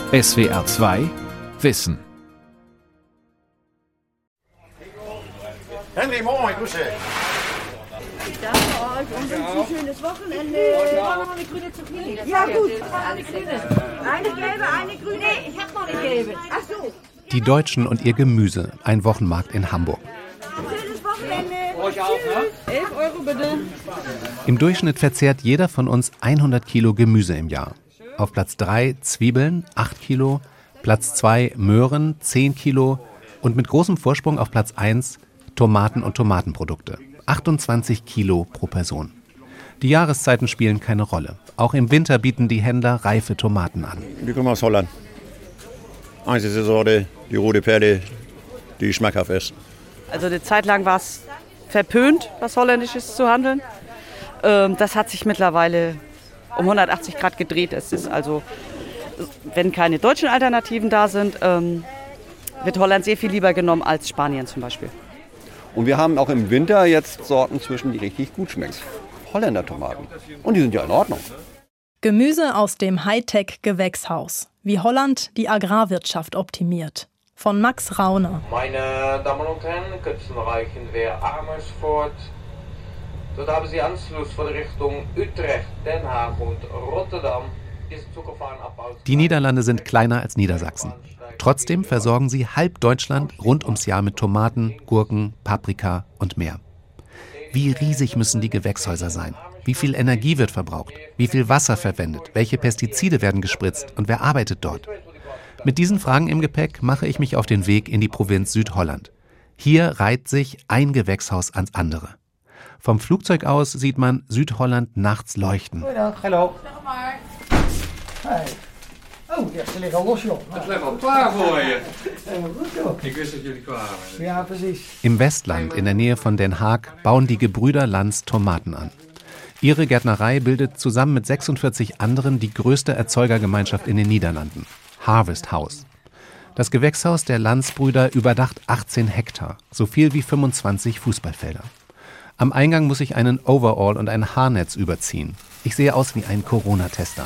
SWR 2 Wissen. Henry, moin, Grüße. Ich danke euch und wünsche ein schönes Wochenende. Wollen wir noch eine grüne Zucchini? Ja gut, eine grüne. Eine gelbe, eine grüne. Ich hab noch eine gelbe. Ach so. Die Deutschen und ihr Gemüse, ein Wochenmarkt in Hamburg. Schönes Wochenende. Euch auch, ne? 11 Euro bitte. Im Durchschnitt verzehrt jeder von uns 100 Kilo Gemüse im Jahr. Auf Platz 3 Zwiebeln, 8 Kilo, Platz 2 Möhren, 10 Kilo und mit großem Vorsprung auf Platz 1 Tomaten und Tomatenprodukte, 28 Kilo pro Person. Die Jahreszeiten spielen keine Rolle. Auch im Winter bieten die Händler reife Tomaten an. Die kommen aus Holland. Einzige Sorte, die rote Perle, die schmackhaft ist. Also eine Zeit lang war es verpönt, was Holländisches zu handeln. Das hat sich mittlerweile um 180 Grad gedreht. Es ist also, wenn keine deutschen Alternativen da sind, wird Holland sehr viel lieber genommen als Spanien zum Beispiel. Und wir haben auch im Winter jetzt Sorten zwischen, die richtig gut schmecken. Holländer-Tomaten. Und die sind ja in Ordnung. Gemüse aus dem Hightech-Gewächshaus. Wie Holland die Agrarwirtschaft optimiert. Von Max Rauner. Meine Damen und Herren, Küstenreich in der Amersfoort. Dort haben Sie Anschluss von Richtung Utrecht, Den Haag und Rotterdam. Die Niederlande sind kleiner als Niedersachsen. Trotzdem versorgen sie halb Deutschland rund ums Jahr mit Tomaten, Gurken, Paprika und mehr. Wie riesig müssen die Gewächshäuser sein? Wie viel Energie wird verbraucht? Wie viel Wasser verwendet? Welche Pestizide werden gespritzt? Und wer arbeitet dort? Mit diesen Fragen im Gepäck mache ich mich auf den Weg in die Provinz Südholland. Hier reiht sich ein Gewächshaus ans andere. Vom Flugzeug aus sieht man Südholland nachts leuchten. Hallo. Hey. Oh, ja, ze liggen al los, joh. Het ligt al klaar voor je. Ik wist dat jullie kwamen. Ja, precies. Im Westland, in der Nähe von Den Haag, bauen die Gebrüder Lanz Tomaten an. Ihre Gärtnerei bildet zusammen mit 46 anderen die größte Erzeugergemeinschaft in den Niederlanden, Harvest House. Das Gewächshaus der Lanz-Brüder überdacht 18 Hektar, so viel wie 25 Fußballfelder. Am Eingang muss ich einen Overall und ein Haarnetz überziehen. Ich sehe aus wie ein Corona-Tester.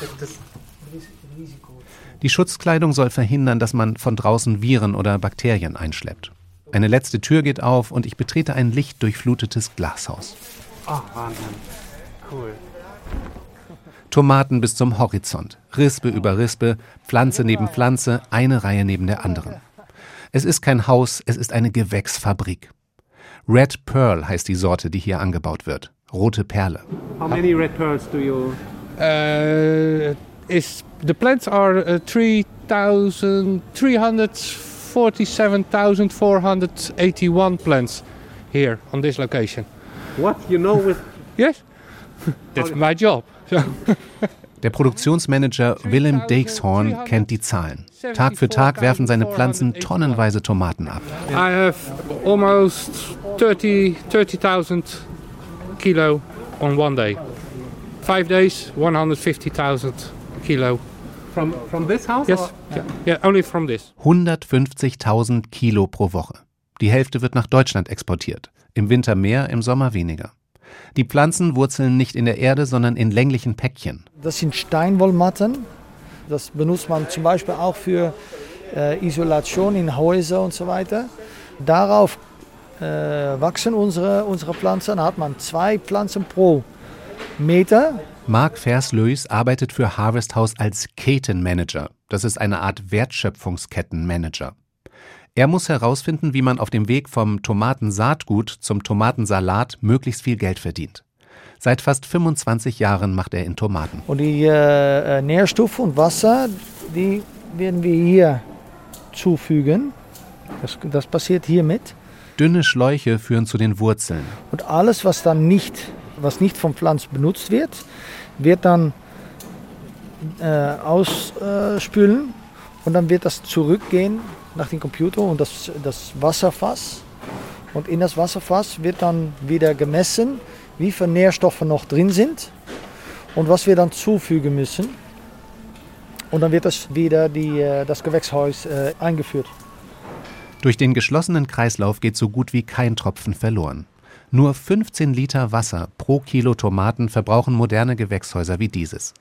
Die Schutzkleidung soll verhindern, dass man von draußen Viren oder Bakterien einschleppt. Eine letzte Tür geht auf und ich betrete ein lichtdurchflutetes Glashaus. Oh, Wahnsinn. Cool. Tomaten bis zum Horizont, Rispe über Rispe, Pflanze neben Pflanze, eine Reihe neben der anderen. Es ist kein Haus, es ist eine Gewächsfabrik. Red Pearl heißt die Sorte, die hier angebaut wird. Rote Perle. How many red pearls do you? The plants are 347,481 plants here on this location. What? You know with... Yes, that's my job. Der Produktionsmanager Willem Dijkshorn kennt die Zahlen. Tag für Tag werfen seine Pflanzen tonnenweise Tomaten ab. I have almost 30,000 kilo on one day. 5 days, 150,000 kilo. From this house? Yes, yeah, only from this. 150.000 Kilo pro Woche. Die Hälfte wird nach Deutschland exportiert. Im Winter mehr, im Sommer weniger. Die Pflanzen wurzeln nicht in der Erde, sondern in länglichen Päckchen. Das sind Steinwollmatten. Das benutzt man zum Beispiel auch für Isolation in Häusern und so weiter. Darauf wachsen unsere Pflanzen. Da hat man 2 Pflanzen pro Meter. Mark Verslöys arbeitet für Harvest House als Ketenmanager. Das ist eine Art Wertschöpfungskettenmanager. Er muss herausfinden, wie man auf dem Weg vom Tomatensaatgut zum Tomatensalat möglichst viel Geld verdient. Seit fast 25 Jahren macht er in Tomaten. Und die Nährstoffe und Wasser, die werden wir hier zufügen. Das passiert hiermit. Dünne Schläuche führen zu den Wurzeln. Und alles, was nicht vom Pflanz benutzt wird, wird dann ausspülen und dann wird das zurückgehen nach dem Computer und das Wasserfass. Und in das Wasserfass wird dann wieder gemessen, wie viele Nährstoffe noch drin sind und was wir dann zufügen müssen. Und dann wird das wieder das Gewächshaus eingeführt. Durch den geschlossenen Kreislauf geht so gut wie kein Tropfen verloren. Nur 15 Liter Wasser pro Kilo Tomaten verbrauchen moderne Gewächshäuser wie dieses.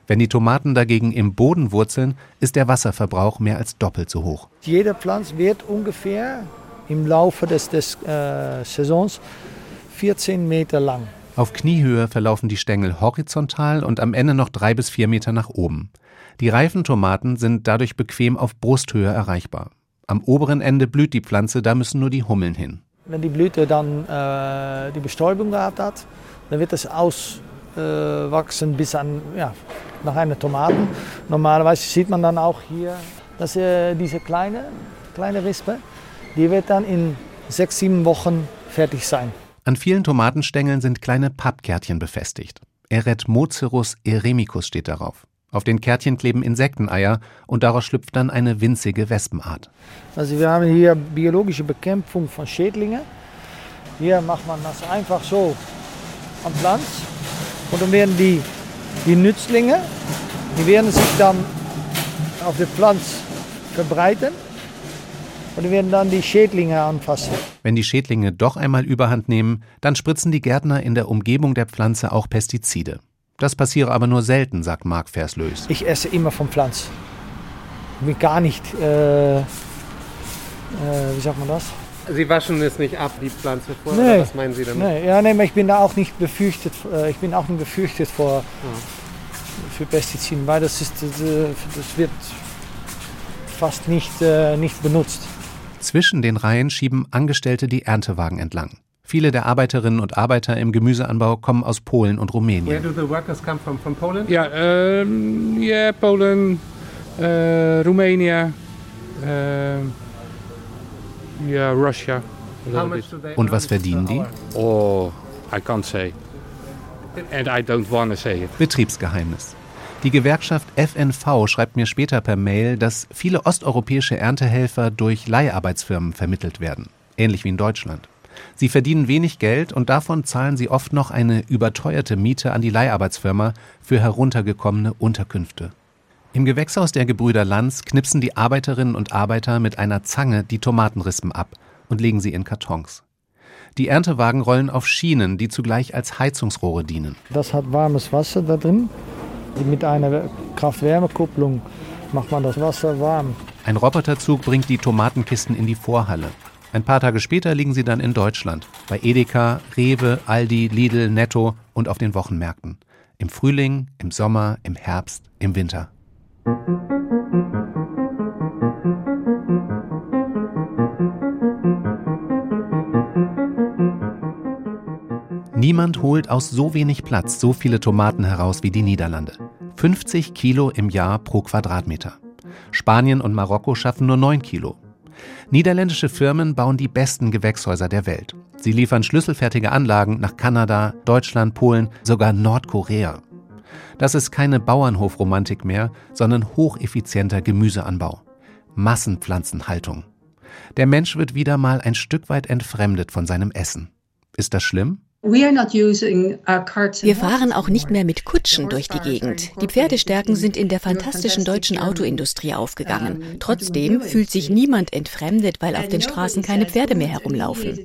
Wenn die Tomaten dagegen im Boden wurzeln, ist der Wasserverbrauch mehr als doppelt so hoch. Jede Pflanze wird ungefähr im Laufe des Saisons 14 Meter lang. Auf Kniehöhe verlaufen die Stängel horizontal und am Ende noch 3 bis 4 Meter nach oben. Die reifen Tomaten sind dadurch bequem auf Brusthöhe erreichbar. Am oberen Ende blüht die Pflanze, da müssen nur die Hummeln hin. Wenn die Blüte dann die Bestäubung gehabt hat, dann wird es auswachsen bis nach einer Tomaten. Normalerweise sieht man dann auch hier, dass diese kleine Rispe, die wird dann in 6-7 Wochen fertig sein. An vielen Tomatenstängeln sind kleine Pappkärtchen befestigt. Eretmocerus eremicus steht darauf. Auf den Kärtchen kleben Insekteneier und daraus schlüpft dann eine winzige Wespenart. Also wir haben hier biologische Bekämpfung von Schädlingen. Hier macht man das einfach so am Pflanz. Und dann werden die Nützlinge, die werden sich dann auf der Pflanze verbreiten. Und die werden dann die Schädlinge anfassen. Wenn die Schädlinge doch einmal Überhand nehmen, dann spritzen die Gärtner in der Umgebung der Pflanze auch Pestizide. Das passiere aber nur selten, sagt Marc Verslös. Ich esse immer von Pflanze. Ich bin gar nicht, wie sagt man das? Sie waschen es nicht ab, die Pflanze vorher, nee, oder was meinen Sie damit? Nee, ich bin da auch nicht befürchtet. Ich bin auch nicht befürchtet für Pestizide, weil das wird fast nicht benutzt. Zwischen den Reihen schieben Angestellte die Erntewagen entlang. Viele der Arbeiterinnen und Arbeiter im Gemüseanbau kommen aus Polen und Rumänien. Where do the workers come from? From Poland? Yeah, Poland, Romania, Russia. Und was verdienen die? Oh, I can't say. And I don't want to say it. Betriebsgeheimnis. Die Gewerkschaft FNV schreibt mir später per Mail, dass viele osteuropäische Erntehelfer durch Leiharbeitsfirmen vermittelt werden. Ähnlich wie in Deutschland. Sie verdienen wenig Geld und davon zahlen sie oft noch eine überteuerte Miete an die Leiharbeitsfirma für heruntergekommene Unterkünfte. Im Gewächshaus der Gebrüder Lanz knipsen die Arbeiterinnen und Arbeiter mit einer Zange die Tomatenrispen ab und legen sie in Kartons. Die Erntewagen rollen auf Schienen, die zugleich als Heizungsrohre dienen. Das hat warmes Wasser da drin. Mit einer Kraft-Wärme-Kupplung macht man das Wasser warm. Ein Roboterzug bringt die Tomatenkisten in die Vorhalle. Ein paar Tage später liegen sie dann in Deutschland. Bei Edeka, Rewe, Aldi, Lidl, Netto und auf den Wochenmärkten. Im Frühling, im Sommer, im Herbst, im Winter. Niemand holt aus so wenig Platz so viele Tomaten heraus wie die Niederlande. 50 Kilo im Jahr pro Quadratmeter. Spanien und Marokko schaffen nur 9 Kilo. Niederländische Firmen bauen die besten Gewächshäuser der Welt. Sie liefern schlüsselfertige Anlagen nach Kanada, Deutschland, Polen, sogar Nordkorea. Das ist keine Bauernhofromantik mehr, sondern hocheffizienter Gemüseanbau. Massenpflanzenhaltung. Der Mensch wird wieder mal ein Stück weit entfremdet von seinem Essen. Ist das schlimm? Wir fahren auch nicht mehr mit Kutschen durch die Gegend. Die Pferdestärken sind in der fantastischen deutschen Autoindustrie aufgegangen. Trotzdem fühlt sich niemand entfremdet, weil auf den Straßen keine Pferde mehr herumlaufen.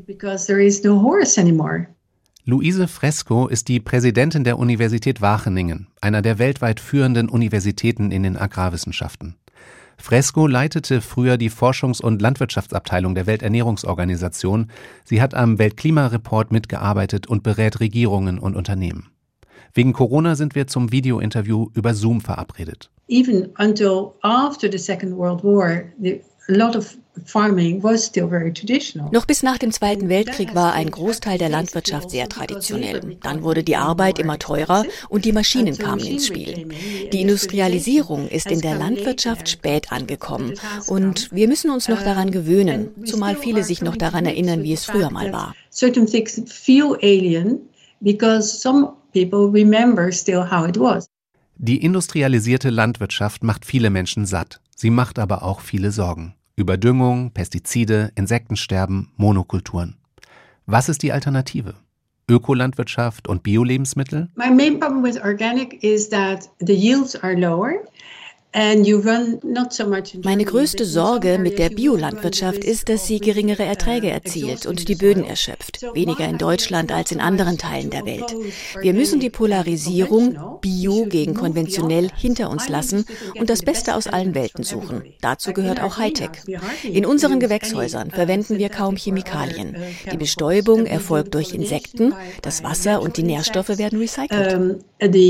Luise Fresco ist die Präsidentin der Universität Wageningen, einer der weltweit führenden Universitäten in den Agrarwissenschaften. Fresco leitete früher die Forschungs- und Landwirtschaftsabteilung der Welternährungsorganisation. Sie hat am Weltklimareport mitgearbeitet und berät Regierungen und Unternehmen. Wegen Corona sind wir zum Videointerview über Zoom verabredet. Even until after the Second World War, a lot of farming was still very traditional. Noch bis nach dem Zweiten Weltkrieg war ein Großteil der Landwirtschaft sehr traditionell. Dann wurde die Arbeit immer teurer und die Maschinen kamen ins Spiel. Die Industrialisierung ist in der Landwirtschaft spät angekommen und wir müssen uns noch daran gewöhnen, zumal viele sich noch daran erinnern, wie es früher mal war. Certain things feel alien because some people remember still how it was. Die industrialisierte Landwirtschaft macht viele Menschen satt. Sie macht aber auch viele Sorgen. Überdüngung, Pestizide, Insektensterben, Monokulturen. Was ist die Alternative? Ökolandwirtschaft und Biolebensmittel? My main problem with organic is that the yields are lower Meine größte Sorge mit der Biolandwirtschaft ist, dass sie geringere Erträge erzielt und die Böden erschöpft. Weniger in Deutschland als in anderen Teilen der Welt. Wir müssen die Polarisierung Bio gegen konventionell hinter uns lassen und das Beste aus allen Welten suchen. Dazu gehört auch Hightech. In unseren Gewächshäusern verwenden wir kaum Chemikalien. Die Bestäubung erfolgt durch Insekten, das Wasser und die Nährstoffe werden recycelt.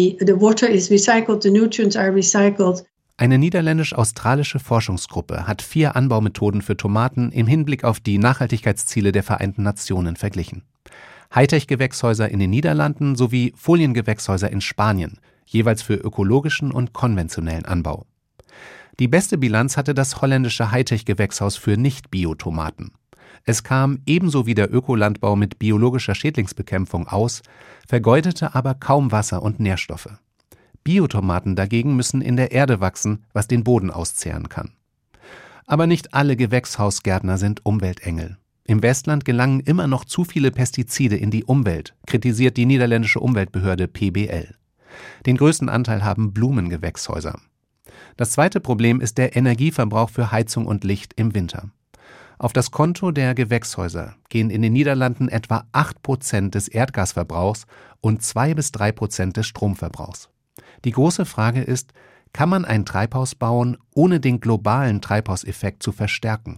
Eine niederländisch-australische Forschungsgruppe hat 4 Anbaumethoden für Tomaten im Hinblick auf die Nachhaltigkeitsziele der Vereinten Nationen verglichen. Hightech-Gewächshäuser in den Niederlanden sowie Foliengewächshäuser in Spanien, jeweils für ökologischen und konventionellen Anbau. Die beste Bilanz hatte das holländische Hightech-Gewächshaus für Nicht-Bio-Tomaten. Es kam ebenso wie der Ökolandbau mit biologischer Schädlingsbekämpfung aus, vergeudete aber kaum Wasser und Nährstoffe. Biotomaten dagegen müssen in der Erde wachsen, was den Boden auszehren kann. Aber nicht alle Gewächshausgärtner sind Umweltengel. Im Westland gelangen immer noch zu viele Pestizide in die Umwelt, kritisiert die niederländische Umweltbehörde PBL. Den größten Anteil haben Blumengewächshäuser. Das zweite Problem ist der Energieverbrauch für Heizung und Licht im Winter. Auf das Konto der Gewächshäuser gehen in den Niederlanden etwa 8% des Erdgasverbrauchs und 2-3% des Stromverbrauchs. Die große Frage ist, kann man ein Treibhaus bauen, ohne den globalen Treibhauseffekt zu verstärken?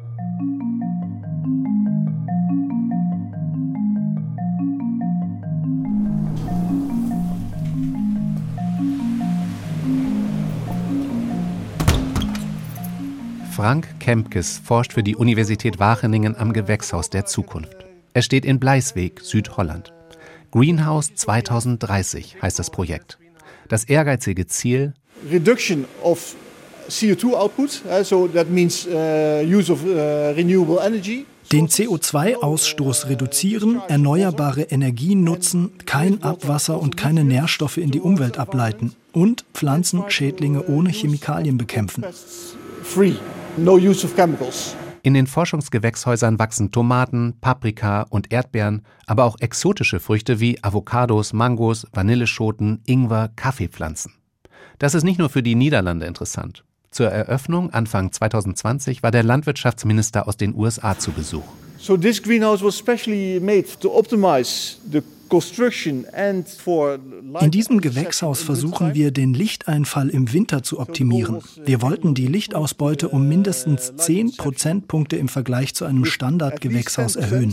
Frank Kempkes forscht für die Universität Wageningen am Gewächshaus der Zukunft. Er steht in Bleiswijk, Südholland. Greenhouse 2030 heißt das Projekt. Das ehrgeizige Ziel: Reduction of CO2 output, so that means use of renewable energy. Den CO2-Ausstoß reduzieren, erneuerbare Energien nutzen, kein Abwasser und keine Nährstoffe in die Umwelt ableiten und Pflanzenschädlinge ohne Chemikalien bekämpfen. Free, no use of chemicals. In den Forschungsgewächshäusern wachsen Tomaten, Paprika und Erdbeeren, aber auch exotische Früchte wie Avocados, Mangos, Vanilleschoten, Ingwer, Kaffeepflanzen. Das ist nicht nur für die Niederlande interessant. Zur Eröffnung Anfang 2020 war der Landwirtschaftsminister aus den USA zu Besuch. So this greenhouse was specially made to optimize the construction and for. In diesem Gewächshaus versuchen wir, den Lichteinfall im Winter zu optimieren. Wir wollten die Lichtausbeute um mindestens 10 Prozentpunkte im Vergleich zu einem Standardgewächshaus erhöhen.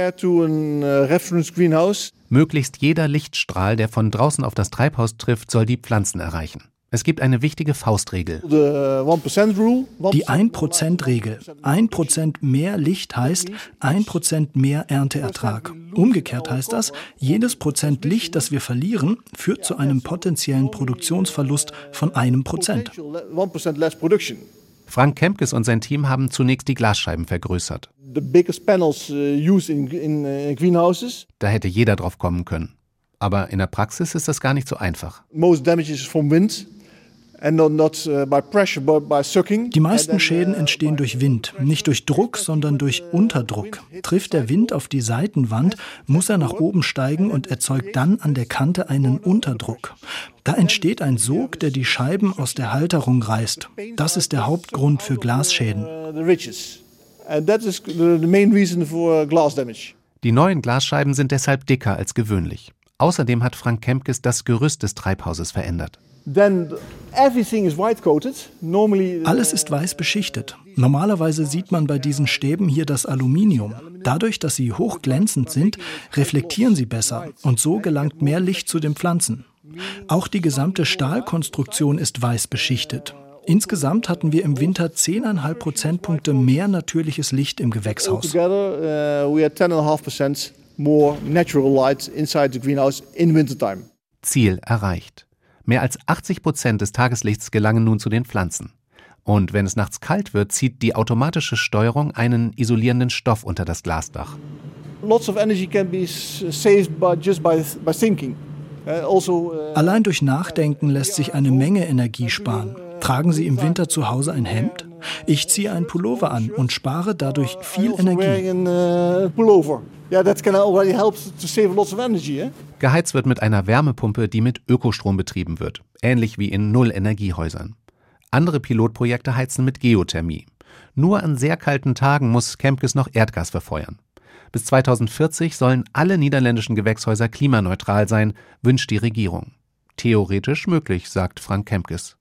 Möglichst jeder Lichtstrahl, der von draußen auf das Treibhaus trifft, soll die Pflanzen erreichen. Es gibt eine wichtige Faustregel. Die 1%-Regel. 1% mehr Licht heißt 1% mehr Ernteertrag. Umgekehrt heißt das, jedes Prozent Licht, das wir verlieren, führt zu einem potenziellen Produktionsverlust von 1%. Frank Kempkes und sein Team haben zunächst die Glasscheiben vergrößert. Da hätte jeder drauf kommen können. Aber in der Praxis ist das gar nicht so einfach. Die meisten Schäden entstehen durch Wind, nicht durch Druck, sondern durch Unterdruck. Trifft der Wind auf die Seitenwand, muss er nach oben steigen und erzeugt dann an der Kante einen Unterdruck. Da entsteht ein Sog, der die Scheiben aus der Halterung reißt. Das ist der Hauptgrund für Glasschäden. Die neuen Glasscheiben sind deshalb dicker als gewöhnlich. Außerdem hat Frank Kempkes das Gerüst des Treibhauses verändert. Alles ist weiß beschichtet. Normalerweise sieht man bei diesen Stäben hier das Aluminium. Dadurch, dass sie hochglänzend sind, reflektieren sie besser und so gelangt mehr Licht zu den Pflanzen. Auch die gesamte Stahlkonstruktion ist weiß beschichtet. Insgesamt hatten wir im Winter 10,5 Prozentpunkte mehr natürliches Licht im Gewächshaus. More natural light inside the greenhouse in wintertime. Ziel erreicht. Mehr als 80% des Tageslichts gelangen nun zu den Pflanzen. Und wenn es nachts kalt wird, zieht die automatische Steuerung einen isolierenden Stoff unter das Glasdach. Lots of energy can be saved just by thinking. Allein durch Nachdenken lässt sich eine Menge Energie sparen. Tragen Sie im Winter zu Hause ein Hemd? Ich ziehe einen Pullover an und spare dadurch viel Energie. Geheizt wird mit einer Wärmepumpe, die mit Ökostrom betrieben wird, ähnlich wie in Null-Energiehäusern. Andere Pilotprojekte heizen mit Geothermie. Nur an sehr kalten Tagen muss Kemkes noch Erdgas verfeuern. Bis 2040 sollen alle niederländischen Gewächshäuser klimaneutral sein, wünscht die Regierung. Theoretisch möglich, sagt Frank Kemkes.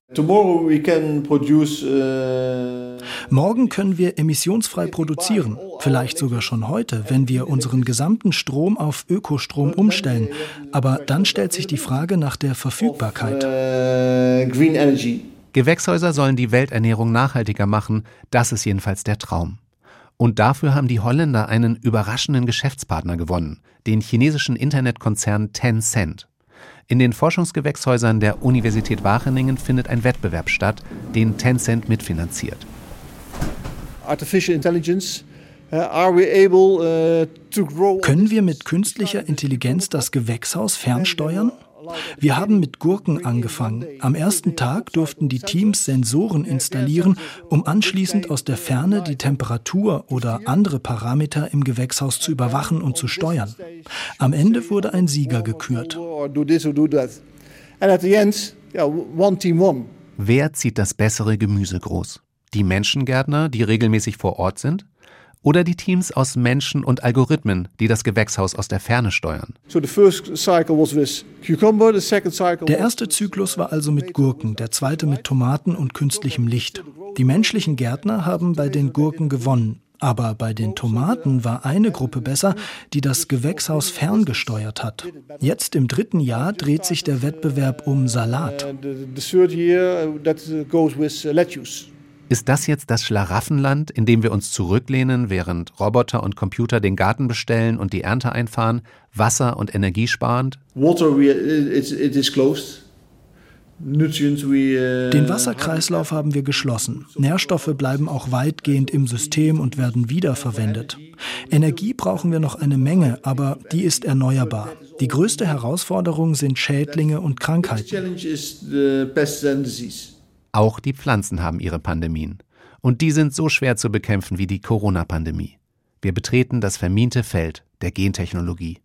Morgen können wir emissionsfrei produzieren, vielleicht sogar schon heute, wenn wir unseren gesamten Strom auf Ökostrom umstellen. Aber dann stellt sich die Frage nach der Verfügbarkeit. Gewächshäuser sollen die Welternährung nachhaltiger machen, das ist jedenfalls der Traum. Und dafür haben die Holländer einen überraschenden Geschäftspartner gewonnen, den chinesischen Internetkonzern Tencent. In den Forschungsgewächshäusern der Universität Wageningen findet ein Wettbewerb statt, den Tencent mitfinanziert. Können wir mit künstlicher Intelligenz das Gewächshaus fernsteuern? Wir haben mit Gurken angefangen. Am ersten Tag durften die Teams Sensoren installieren, um anschließend aus der Ferne die Temperatur oder andere Parameter im Gewächshaus zu überwachen und zu steuern. Am Ende wurde ein Sieger gekürt. Wer zieht das bessere Gemüse groß? Die Menschengärtner, die regelmäßig vor Ort sind? Oder die Teams aus Menschen und Algorithmen, die das Gewächshaus aus der Ferne steuern? Der erste Zyklus war also mit Gurken, der zweite mit Tomaten und künstlichem Licht. Die menschlichen Gärtner haben bei den Gurken gewonnen. Aber bei den Tomaten war eine Gruppe besser, die das Gewächshaus ferngesteuert hat. Jetzt im 3. Jahr dreht sich der Wettbewerb um Salat. Ist das jetzt das Schlaraffenland, in dem wir uns zurücklehnen, während Roboter und Computer den Garten bestellen und die Ernte einfahren, wasser- und energiesparend? Den Wasserkreislauf haben wir geschlossen. Nährstoffe bleiben auch weitgehend im System und werden wiederverwendet. Energie brauchen wir noch eine Menge, aber die ist erneuerbar. Die größte Herausforderung sind Schädlinge und Krankheiten. Auch die Pflanzen haben ihre Pandemien. Und die sind so schwer zu bekämpfen wie die Corona-Pandemie. Wir betreten das verminte Feld der Gentechnologie.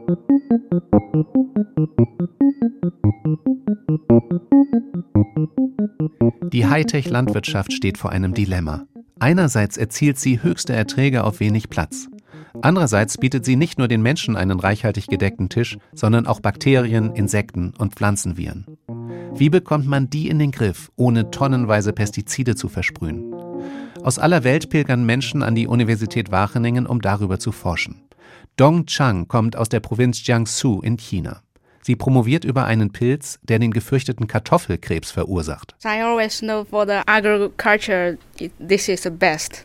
Die Hightech-Landwirtschaft steht vor einem Dilemma. Einerseits erzielt sie höchste Erträge auf wenig Platz. Andererseits bietet sie nicht nur den Menschen einen reichhaltig gedeckten Tisch, sondern auch Bakterien, Insekten und Pflanzenviren. Wie bekommt man die in den Griff, ohne tonnenweise Pestizide zu versprühen? Aus aller Welt pilgern Menschen an die Universität Wageningen, um darüber zu forschen. Dong Chang kommt aus der Provinz Jiangsu in China. Sie promoviert über einen Pilz, der den gefürchteten Kartoffelkrebs verursacht. I always know for the agriculture, this is the best.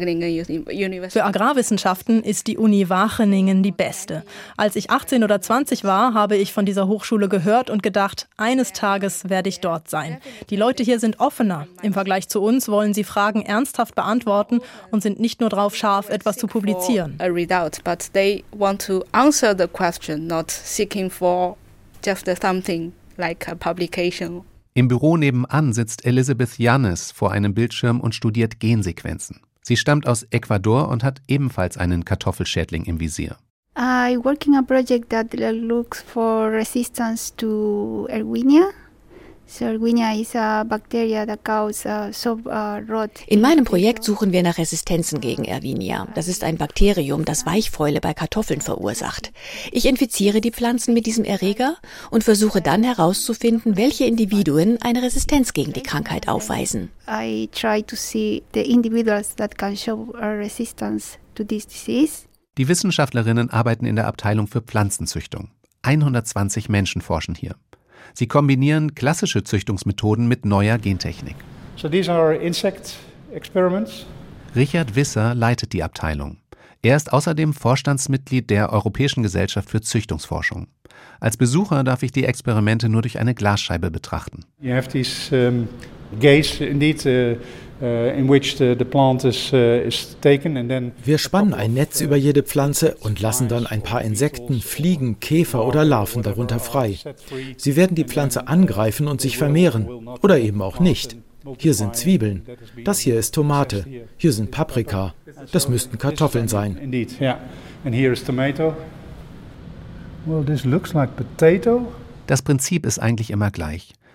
Für Agrarwissenschaften ist die Uni Wageningen die beste. Als ich 18 oder 20 war, habe ich von dieser Hochschule gehört und gedacht, eines Tages werde ich dort sein. Die Leute hier sind offener. Im Vergleich zu uns wollen sie Fragen ernsthaft beantworten und sind nicht nur drauf scharf, etwas zu publizieren. But they want to answer the question, not seeking for just something like a publication. Im Büro nebenan sitzt Elizabeth Yannis vor einem Bildschirm und studiert Gensequenzen. Sie stammt aus Ecuador und hat ebenfalls einen Kartoffelschädling im Visier. I work in a project that looks for resistance to Erwinia. So Erwinia is a bacteria that causes rot. In meinem Projekt suchen wir nach Resistenzen gegen Erwinia. Das ist ein Bakterium, das Weichfäule bei Kartoffeln verursacht. Ich infiziere die Pflanzen mit diesem Erreger und versuche dann herauszufinden, welche Individuen eine Resistenz gegen die Krankheit aufweisen. I try to see the individuals that can show a resistance to this disease. Die Wissenschaftlerinnen arbeiten in der Abteilung für Pflanzenzüchtung. 120 Menschen forschen hier. Sie kombinieren klassische Züchtungsmethoden mit neuer Gentechnik. So these are insect experiments. Richard Visser leitet die Abteilung. Er ist außerdem Vorstandsmitglied der Europäischen Gesellschaft für Züchtungsforschung. Als Besucher darf ich die Experimente nur durch eine Glasscheibe betrachten. You have these gates indeed in which the plant is taken and then. Wir spannen ein Netz über jede Pflanze und lassen dann ein paar Insekten, Fliegen, Käfer oder Larven darunter frei. Sie werden die Pflanze angreifen und sich vermehren oder eben auch nicht. Hier sind Zwiebeln, das hier ist Tomate, hier sind Paprika, das müssten Kartoffeln sein. Indeed, yeah. And here is tomato. Well, this looks like potato. Das Prinzip ist eigentlich immer gleich.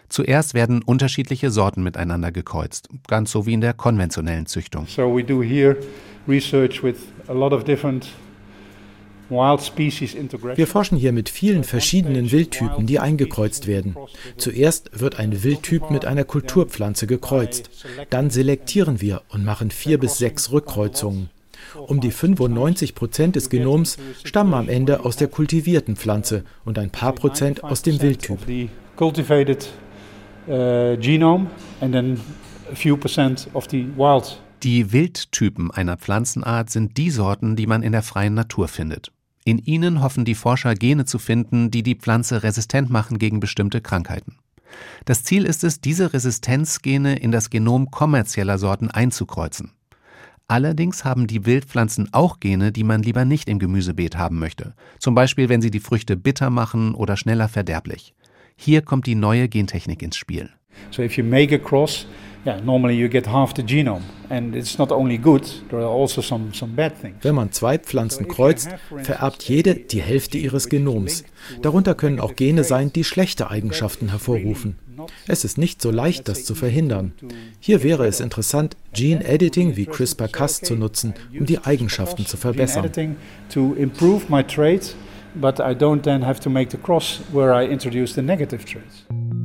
Zuerst werden unterschiedliche Sorten miteinander gekreuzt, ganz so wie in der konventionellen Züchtung. So we do here research with a lot of different wild species integration. Wir forschen hier mit vielen verschiedenen Wildtypen, die eingekreuzt werden. Zuerst wird ein Wildtyp mit einer Kulturpflanze gekreuzt. Dann selektieren wir und machen 4 bis 6 Rückkreuzungen. Um die 95% des Genoms stammen am Ende aus der kultivierten Pflanze und ein paar Prozent aus dem Wildtyp. Die Wildtypen einer Pflanzenart sind die Sorten, die man in der freien Natur findet. In ihnen hoffen die Forscher, Gene zu finden, die die Pflanze resistent machen gegen bestimmte Krankheiten. Das Ziel ist es, diese Resistenzgene in das Genom kommerzieller Sorten einzukreuzen. Allerdings haben die Wildpflanzen auch Gene, die man lieber nicht im Gemüsebeet haben möchte. Zum Beispiel, wenn sie die Früchte bitter machen oder schneller verderblich. Hier kommt die neue Gentechnik ins Spiel. So if you make a cross, normally you get half the genome. And it's not only good, there are also some bad things. Wenn man 2 Pflanzen kreuzt, vererbt jede die Hälfte ihres Genoms. Darunter können auch Gene sein, die schlechte Eigenschaften hervorrufen. Es ist nicht so leicht, das zu verhindern. Hier wäre es interessant, Gene Editing wie CRISPR-Cas zu nutzen, um die Eigenschaften zu verbessern. But I don't then have to make the cross where I introduce the negative traits.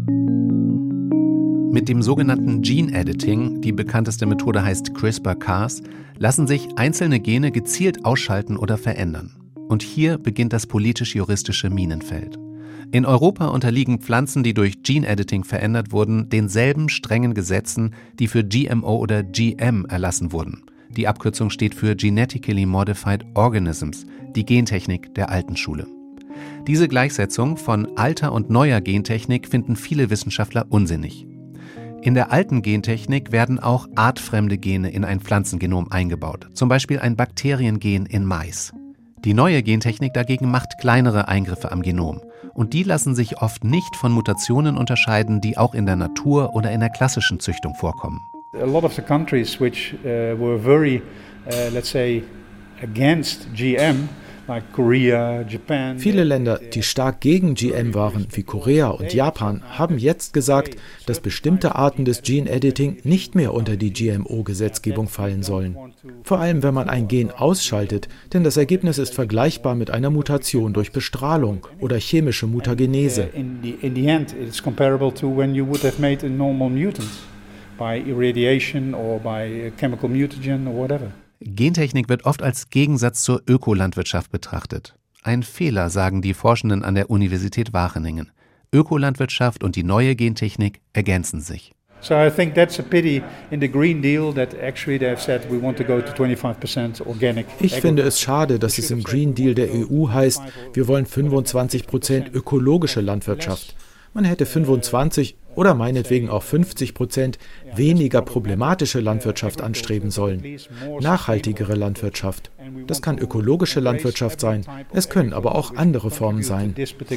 Mit dem sogenannten Gene Editing, die bekannteste Methode heißt CRISPR-Cas, lassen sich einzelne Gene gezielt ausschalten oder verändern. Und hier beginnt das politisch-juristische Minenfeld. In Europa unterliegen Pflanzen, die durch Gene Editing verändert wurden, denselben strengen Gesetzen, die für GMO oder GM erlassen wurden. Die Abkürzung steht für Genetically Modified Organisms, die Gentechnik der alten Schule. Diese Gleichsetzung von alter und neuer Gentechnik finden viele Wissenschaftler unsinnig. In der alten Gentechnik werden auch artfremde Gene in ein Pflanzengenom eingebaut, zum Beispiel ein Bakteriengen in Mais. Die neue Gentechnik dagegen macht kleinere Eingriffe am Genom. Und die lassen sich oft nicht von Mutationen unterscheiden, die auch in der Natur oder in der klassischen Züchtung vorkommen. A lot of the countries which were very, let's say, against GM, like Korea, Japan. Viele Länder, die stark gegen GM waren, wie Korea und Japan, haben jetzt gesagt, dass bestimmte Arten des Gene Editing nicht mehr unter die GMO-Gesetzgebung fallen sollen. Vor allem, wenn man ein Gen ausschaltet, denn das Ergebnis ist vergleichbar mit einer Mutation durch Bestrahlung oder chemische Mutagenese. In the end, it's comparable to when you would have made a normal mutant. By irradiation or by a chemical mutagen or whatever. Gentechnik wird oft als Gegensatz zur Ökolandwirtschaft betrachtet. Ein Fehler, sagen die Forschenden an der Universität Wageningen. Ökolandwirtschaft und die neue Gentechnik ergänzen sich. So I think that's a pity in the Green Deal that actually they have said we want to go to 25% organic. Ich finde es schade, dass es im Green Deal der EU heißt, wir wollen 25% ökologische Landwirtschaft. Man hätte 25 oder meinetwegen auch 50% weniger problematische Landwirtschaft anstreben sollen. Nachhaltigere Landwirtschaft. Das kann ökologische Landwirtschaft sein, es können aber auch andere Formen sein.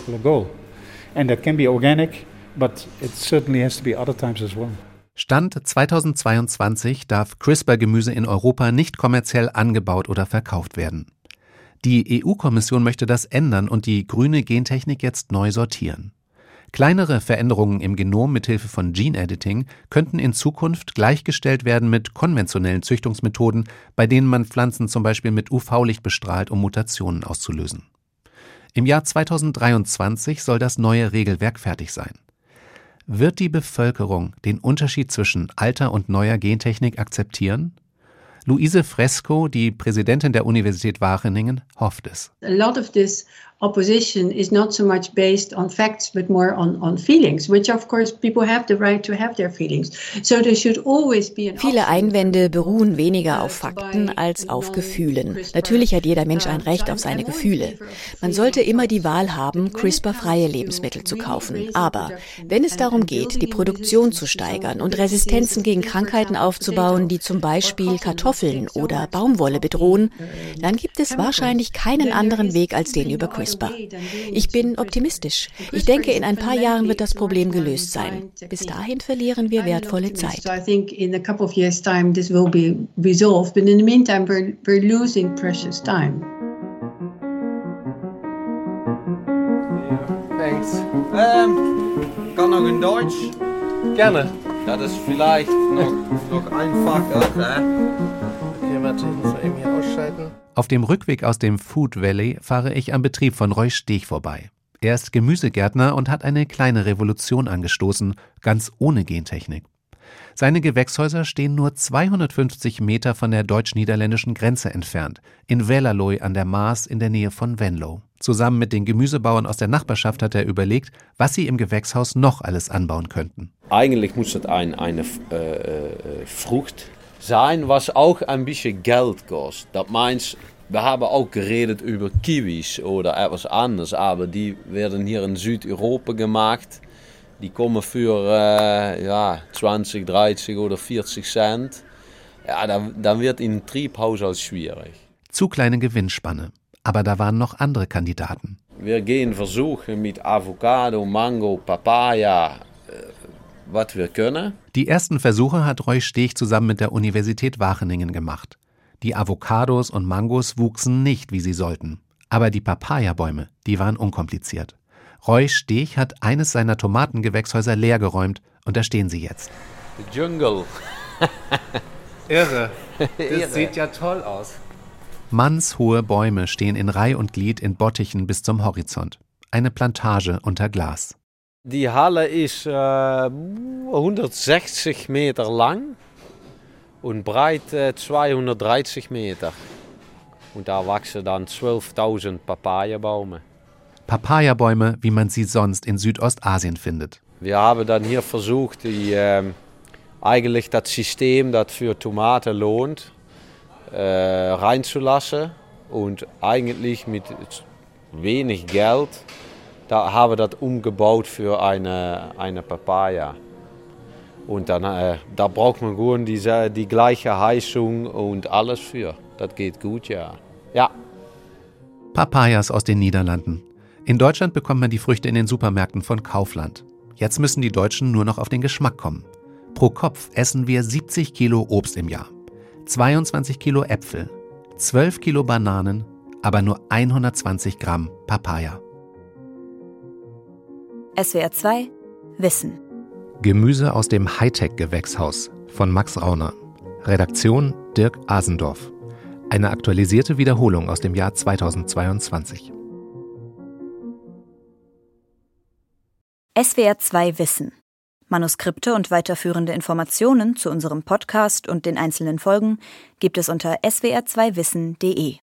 Stand 2022 darf CRISPR-Gemüse in Europa nicht kommerziell angebaut oder verkauft werden. Die EU-Kommission möchte das ändern und die grüne Gentechnik jetzt neu sortieren. Kleinere Veränderungen im Genom mithilfe von Gene Editing könnten in Zukunft gleichgestellt werden mit konventionellen Züchtungsmethoden, bei denen man Pflanzen zum Beispiel mit UV-Licht bestrahlt, um Mutationen auszulösen. Im Jahr 2023 soll das neue Regelwerk fertig sein. Wird die Bevölkerung den Unterschied zwischen alter und neuer Gentechnik akzeptieren? Luise Fresco, die Präsidentin der Universität Wageningen, hofft es. A lot of this opposition is not so much based on facts but more on feelings, which of course people have the right to have their feelings. So there should always be an Viele Einwände beruhen weniger auf Fakten als auf Gefühlen. Natürlich hat jeder Mensch ein Recht auf seine Gefühle. Man sollte immer die Wahl haben, CRISPR-freie Lebensmittel zu kaufen. Aber wenn es darum geht, die Produktion zu steigern und Resistenzen gegen Krankheiten aufzubauen, die zum Beispiel Kartoffeln oder Baumwolle bedrohen, dann gibt es wahrscheinlich keinen anderen Weg als den über CRISPR. Ich bin optimistisch. Ich denke, in ein paar Jahren wird das Problem gelöst sein. Bis dahin verlieren wir wertvolle Zeit. I think in a couple of years' time this will be resolved, but in the meantime we're losing precious time. Thanks. dann noch in Deutsch? Gerne. Das ist vielleicht noch einfacher. Okay, warte, ich muss mal eben hier ausschalten. Auf dem Rückweg aus dem Food Valley fahre ich am Betrieb von Roy Stech vorbei. Er ist Gemüsegärtner und hat eine kleine Revolution angestoßen, ganz ohne Gentechnik. Seine Gewächshäuser stehen nur 250 Meter von der deutsch-niederländischen Grenze entfernt, in Wellerlooy an der Maas in der Nähe von Venlo. Zusammen mit den Gemüsebauern aus der Nachbarschaft hat er überlegt, was sie im Gewächshaus noch alles anbauen könnten. Eigentlich muss das eine Frucht sein, was auch ein bisschen Geld kostet. Das meint, wir haben auch geredet über Kiwis oder etwas anderes, aber die werden hier in Südeuropa gemacht. Die kommen für 20, 30 oder 40 Cent. Ja, dann wird in einem Triebhaushalt schwierig. Zu kleine Gewinnspanne. Aber da waren noch andere Kandidaten. Wir gehen versuchen mit Avocado, Mango, Papaya, was wir können. Die ersten Versuche hat Roy Stech zusammen mit der Universität Wageningen gemacht. Die Avocados und Mangos wuchsen nicht, wie sie sollten. Aber die Papayabäume, die waren unkompliziert. Roy Stech hat eines seiner Tomatengewächshäuser leergeräumt und da stehen sie jetzt. The Jungle. Irre. Das sieht ja toll aus. Mannshohe Bäume stehen in Reih und Glied in Bottichen bis zum Horizont. Eine Plantage unter Glas. Die Halle ist 160 Meter lang und breit 230 Meter. Und da wachsen dann 12.000 Papayabäume. Papayabäume, wie man sie sonst in Südostasien findet. Wir haben dann hier versucht, eigentlich das System, das für Tomaten lohnt, reinzulassen. Und eigentlich mit wenig Geld, da haben wir das umgebaut für eine Papaya. Und dann da braucht man gut die gleiche Heizung und alles für. Das geht gut, ja. Papayas aus den Niederlanden. In Deutschland bekommt man die Früchte in den Supermärkten von Kaufland. Jetzt müssen die Deutschen nur noch auf den Geschmack kommen. Pro Kopf essen wir 70 Kilo Obst im Jahr, 22 Kilo Äpfel, 12 Kilo Bananen, aber nur 120 Gramm Papaya. SWR 2 Wissen. Gemüse aus dem Hightech-Gewächshaus von Max Rauner. Redaktion Dirk Asendorf. Eine aktualisierte Wiederholung aus dem Jahr 2022. SWR 2 Wissen. Manuskripte und weiterführende Informationen zu unserem Podcast und den einzelnen Folgen gibt es unter swr2wissen.de.